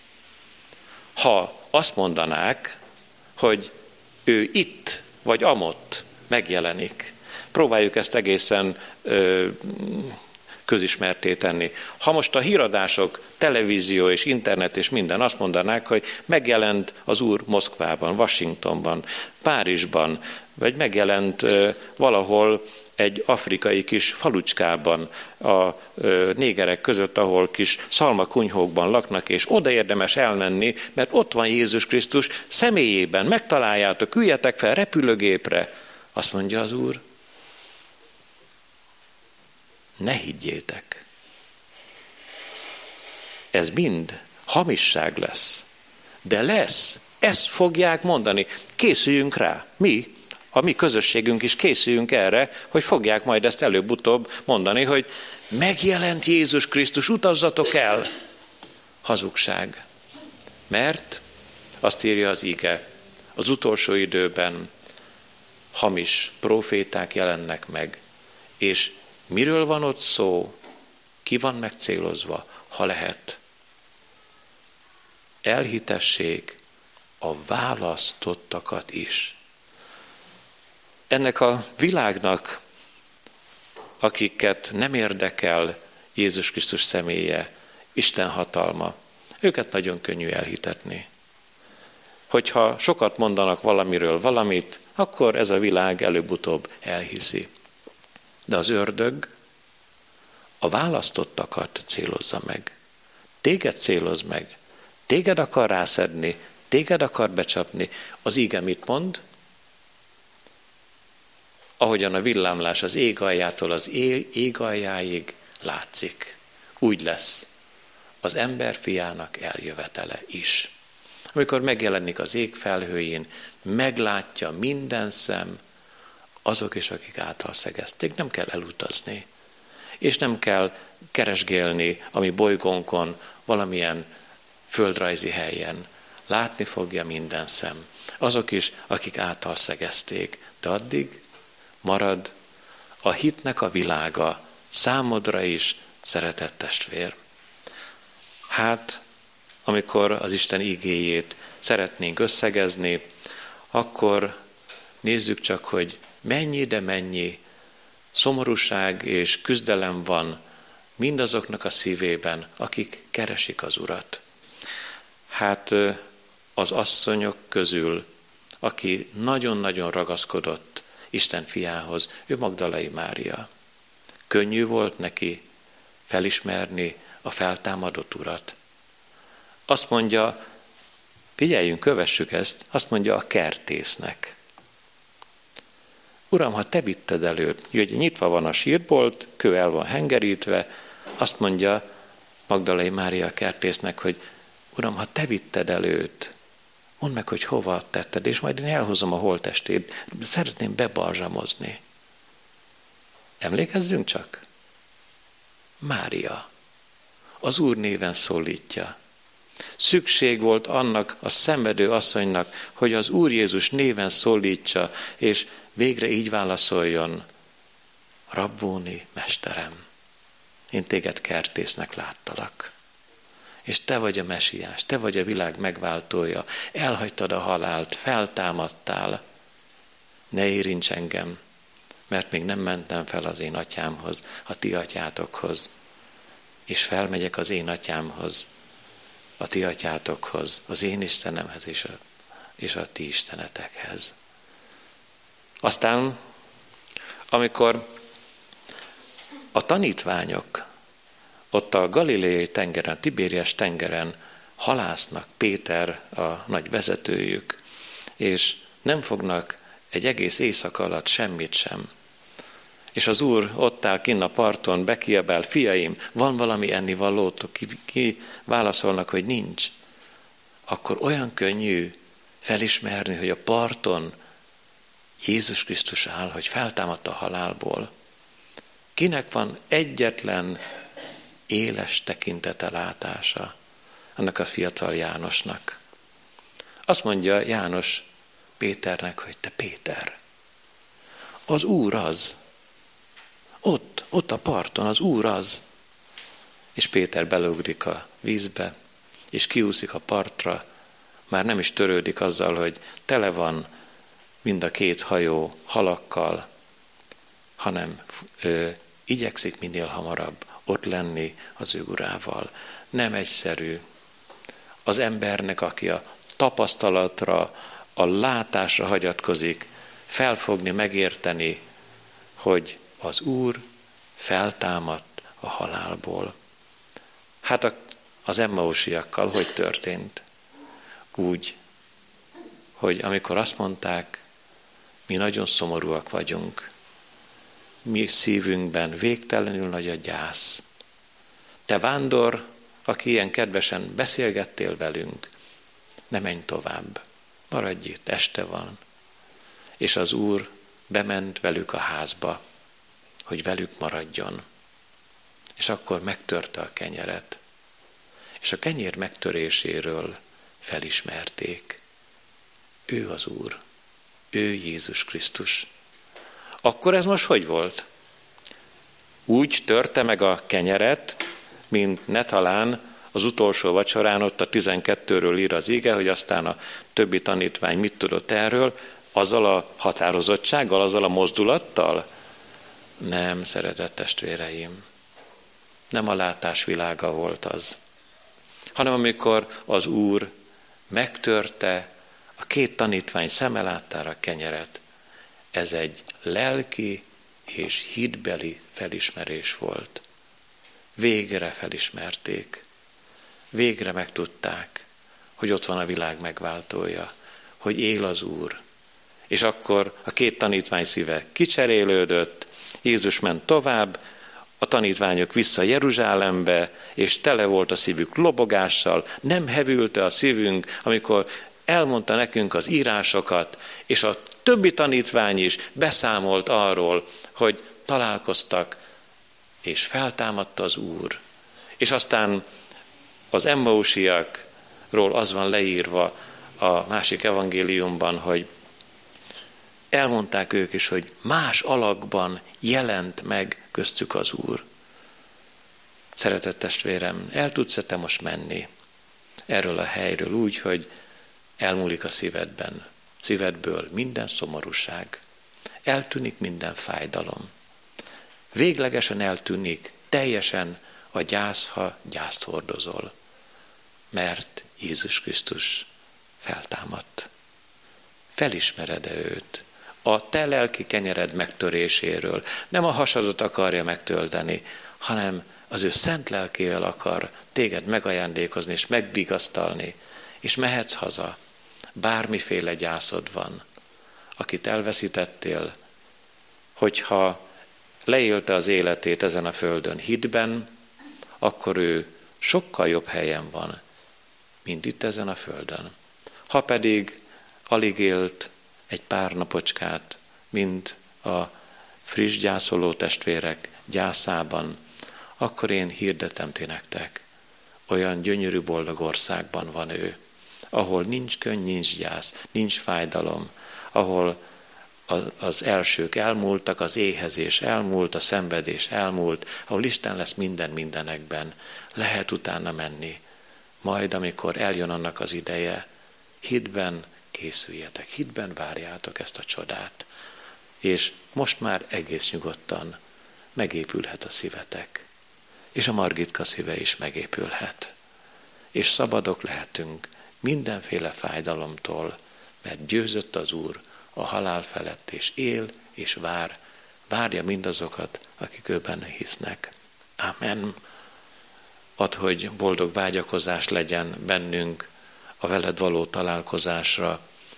[SPEAKER 1] ha azt mondanák, hogy ő itt vagy amott megjelenik. Próbáljuk ezt egészen közismertté tenni. Ha most a híradások, televízió és internet és minden azt mondanák, hogy megjelent az Úr Moszkvában, Washingtonban, Párizsban, vagy megjelent valahol egy afrikai kis falucskában a négerek között, ahol kis szalmakunyhókban laknak, és oda érdemes elmenni, mert ott van Jézus Krisztus személyében, megtaláljátok, üljetek fel repülőgépre. Azt mondja az Úr, ne higgyétek. Ez mind hamisság lesz. De lesz. Ezt fogják mondani. Készüljünk rá. Mi, a mi közösségünk is készüljünk erre, hogy fogják majd ezt előbb-utóbb mondani, hogy megjelent Jézus Krisztus, utazzatok el. Hazugság. Mert azt írja az ige, az utolsó időben hamis próféták jelennek meg, és miről van ott szó? Ki van megcélozva? Ha lehet, elhitessék a választottakat is. Ennek a világnak, akiket nem érdekel Jézus Krisztus személye, Isten hatalma, őket nagyon könnyű elhitetni. Hogyha sokat mondanak valamiről valamit, akkor ez a világ előbb-utóbb elhiszi. De az ördög a választottakat célozza meg. Téged céloz meg. Téged akar rászedni, téged akar becsapni. Az íge mit mond? Ahogyan a villámlás az ég aljától az ég aljáig látszik. Úgy lesz az ember fiának eljövetele is. Amikor megjelenik az ég felhőjén, meglátja minden szem, azok is, akik által szegezték, nem kell elutazni. És nem kell keresgélni a mi bolygónkon valamilyen földrajzi helyen. Látni fogja minden szem. Azok is, akik által szegezték. De addig marad a hitnek a világa számodra is, szeretett testvér. Hát, amikor az Isten igéjét szeretnénk összegezni, akkor nézzük csak, hogy mennyi, de mennyi szomorúság és küzdelem van mindazoknak a szívében, akik keresik az Urat. Hát az asszonyok közül, aki nagyon-nagyon ragaszkodott Isten fiához, ő Magdalai Mária. Könnyű volt neki felismerni a feltámadott Urat. Azt mondja, figyeljünk, kövessük ezt, azt mondja a kertésznek. Uram, ha te vitted elő, hogy nyitva van a sírbolt, kő el van hengerítve, azt mondja Magdalai Mária a kertésznek, hogy Uram, ha te vitted előtt, mondd meg, hogy hova tetted, és majd én elhozom a holttestét, szeretném bebalzsamozni. Emlékezzünk csak? Mária az Úr néven szólítja. Szükség volt annak a szenvedő asszonynak, hogy az Úr Jézus néven szólítsa, és végre így válaszoljon: Rabbóni, mesterem, én téged kertésznek láttalak. És te vagy a mesiás, te vagy a világ megváltója, elhagytad a halált, feltámadtál. Ne érints engem, mert még nem mentem fel az én atyámhoz, a ti atyátokhoz, és felmegyek az én atyámhoz, a ti atyátokhoz, az én Istenemhez és a ti istenetekhez. Aztán, amikor a tanítványok ott a Galileai tengeren, a Tibériás tengeren halásznak, Péter a nagy vezetőjük, és nem fognak egy egész éjszaka alatt semmit sem. És az Úr ott áll kinn a parton, bekiabál: fiaim, van valami ennivalótok? Ki válaszolnak, hogy nincs. Akkor olyan könnyű felismerni, hogy a parton Jézus Krisztus áll, hogy feltámadt a halálból. Kinek van egyetlen éles tekintete, látása? Annak a fiatal Jánosnak. Azt mondja János Péternek, hogy te Péter, az Úr az. Ott a parton az Úr az. És Péter beleugrik a vízbe, és kiúszik a partra, már nem is törődik azzal, hogy tele van mind a két hajó halakkal, hanem igyekszik minél hamarabb ott lenni az ő urával. Nem egyszerű az embernek, aki a tapasztalatra, a látásra hagyatkozik, felfogni, megérteni, hogy az Úr feltámadt a halálból. Hát az emmausiakkal hogy történt? Úgy, hogy amikor azt mondták, mi nagyon szomorúak vagyunk, mi szívünkben végtelenül nagy a gyász. Te vándor, aki ilyen kedvesen beszélgettél velünk, ne menj tovább, maradj itt, este van. És az Úr bement velük a házba, hogy velük maradjon. És akkor megtörte a kenyeret. És a kenyér megtöréséről felismerték. Ő az Úr. Ő Jézus Krisztus. Akkor ez most hogy volt? Úgy törte meg a kenyeret, mint ne talán az utolsó vacsorán, ott a 12-ről ír az ige, hogy aztán a többi tanítvány mit tudott erről, azzal a határozottsággal, azzal a mozdulattal? Nem, szeretett testvéreim, nem a látás világa volt az, hanem amikor az Úr megtörte a két tanítvány szeme láttára a kenyeret, ez egy lelki és hitbeli felismerés volt. Végre felismerték, végre megtudták, hogy ott van a világ megváltója, hogy él az Úr. És akkor a két tanítvány szíve kicserélődött, Jézus ment tovább, a tanítványok vissza Jeruzsálembe, és tele volt a szívük lobogással, nem hevülte a szívünk, amikor elmondta nekünk az írásokat, és a többi tanítvány is beszámolt arról, hogy találkoztak, és feltámadt az Úr. És aztán az emmausiakról az van leírva a másik evangéliumban, hogy elmondták ők is, hogy más alakban jelent meg köztük az Úr. Szeretett testvérem, el tudsz-e te most menni erről a helyről úgy, hogy elmúlik a szívedből minden szomorúság, eltűnik minden fájdalom. Véglegesen eltűnik teljesen a gyász, ha gyászt hordozol. Mert Jézus Krisztus feltámadt. Felismered-e őt? A te lelki kenyered megtöréséről. Nem a hasadot akarja megtölteni, hanem az ő szent lelkével akar téged megajándékozni és megvigasztalni, és mehetsz haza. Bármiféle gyászod van, akit elveszítettél, hogyha leélte az életét ezen a földön hitben, akkor ő sokkal jobb helyen van, mint itt ezen a földön. Ha pedig alig élt egy pár napocskát, mint a friss gyászoló testvérek gyászában, akkor én hirdetem ti nektek, olyan gyönyörű boldog országban van ő, ahol nincs könny, nincs gyász, nincs fájdalom, ahol az elsők elmúltak, az éhezés elmúlt, a szenvedés elmúlt, ahol Isten lesz minden mindenekben. Lehet utána menni. Majd, amikor eljön annak az ideje, hitben készüljetek, hitben várjátok ezt a csodát. És most már egész nyugodtan megépülhet a szívetek. És a Margitka szíve is megépülhet. És szabadok lehetünk mindenféle fájdalomtól, mert győzött az Úr a halál felett, és él, és várja mindazokat, akik őben hisznek. Amen. Add, hogy boldog vágyakozás legyen bennünk a veled való találkozásra,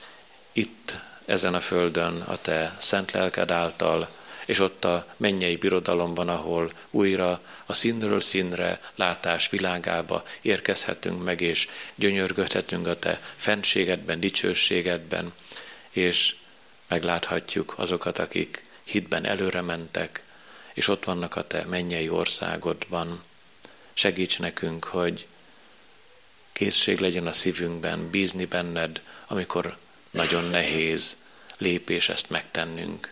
[SPEAKER 1] itt, ezen a földön, a te szent lelked által, és ott a mennyei birodalomban, ahol újra a színről színre látás világába érkezhetünk meg, és gyönyörködhetünk a te fentségedben, dicsőségedben, és megláthatjuk azokat, akik hitben előre mentek, és ott vannak a te mennyei országodban. Segíts nekünk, hogy készség legyen a szívünkben, bízni benned, amikor nagyon nehéz lépés ezt megtennünk.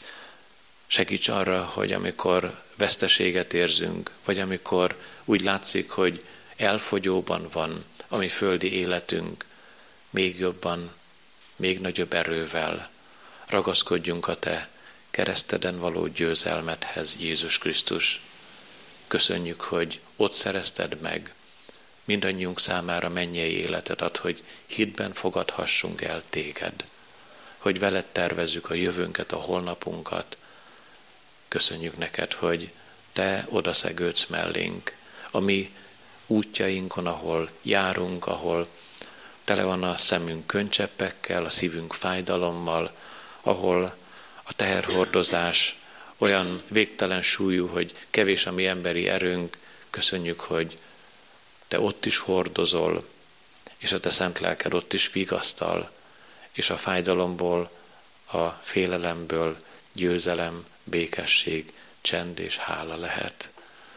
[SPEAKER 1] Segíts arra, hogy amikor veszteséget érzünk, vagy amikor úgy látszik, hogy elfogyóban van a mi földi életünk, még jobban, még nagyobb erővel ragaszkodjunk a te kereszteden való győzelmedhez, Jézus Krisztus. Köszönjük, hogy ott szerezted meg mindannyiunk számára mennyei életet, ad, hogy hitben fogadhassunk el téged, hogy veled tervezzük a jövőnket, a holnapunkat. Köszönjük neked, hogy te odaszegődsz mellénk, a mi útjainkon, ahol járunk, ahol tele van a szemünk könycseppekkel, a szívünk fájdalommal, ahol a teherhordozás olyan végtelen súlyú, hogy kevés a mi emberi erőnk. Köszönjük, hogy te ott is hordozol, és a te szent lelked ott is vigasztal, és a fájdalomból, a félelemből győzelem, békesség, csend és hála lehet.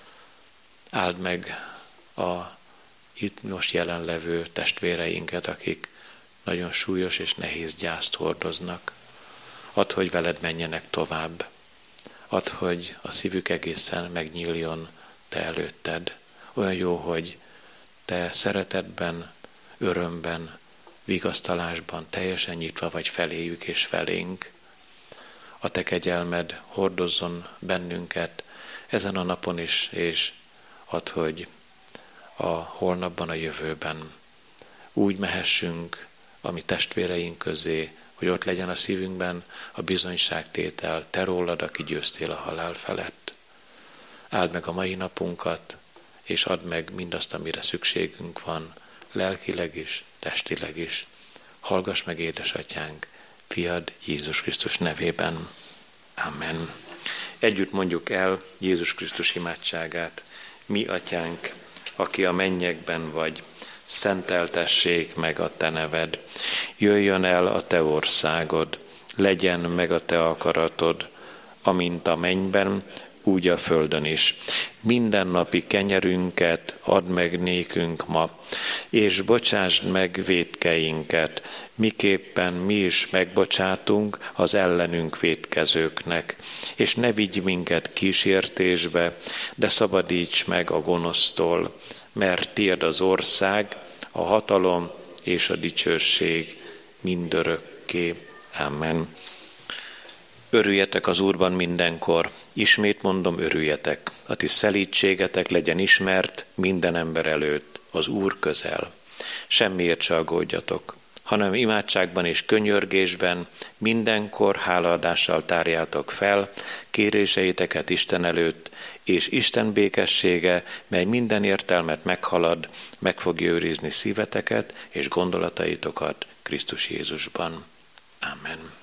[SPEAKER 1] Áld meg a itt most jelenlevő testvéreinket, akik nagyon súlyos és nehéz gyászt hordoznak. Add, hogy veled menjenek tovább. Add, hogy a szívük egészen megnyíljon te előtted. Olyan jó, hogy te szeretetben, örömben, vigasztalásban teljesen nyitva vagy feléjük és felénk. A te kegyelmed hordozzon bennünket ezen a napon is, és add, hogy a holnapban, a jövőben úgy mehessünk a mi testvéreink közé, hogy ott legyen a szívünkben a bizonyságtétel, te rólad, aki győztél a halál felett. Áld meg a mai napunkat, és add meg mindazt, amire szükségünk van, lelkileg is, testileg is. Hallgass meg, édesatyánk, fiad Jézus Krisztus nevében. Amen. Együtt mondjuk el Jézus Krisztus imádságát. Mi, atyánk, aki a mennyekben vagy, szenteltessék meg a te neved. Jöjjön el a te országod, legyen meg a te akaratod, amint a mennyben, úgy a földön is. Mindennapi kenyerünket add meg nékünk ma, és bocsásd meg vétkeinket, miképpen mi is megbocsátunk az ellenünk vétkezőknek. És ne vigy minket kísértésbe, de szabadíts meg a gonosztól, mert tiéd az ország, a hatalom és a dicsőség mindörökké. Amen. Örüljetek az Úrban mindenkor, ismét mondom, örüljetek. A ti szelídségetek legyen ismert minden ember előtt, az Úr közel. Semmiért se aggódjatok, hanem imádságban és könyörgésben mindenkor hálaadással tárjátok fel kéréseiteket Isten előtt, és Isten békessége, mely minden értelmet meghalad, meg fogja őrizni szíveteket és gondolataitokat Krisztus Jézusban. Amen.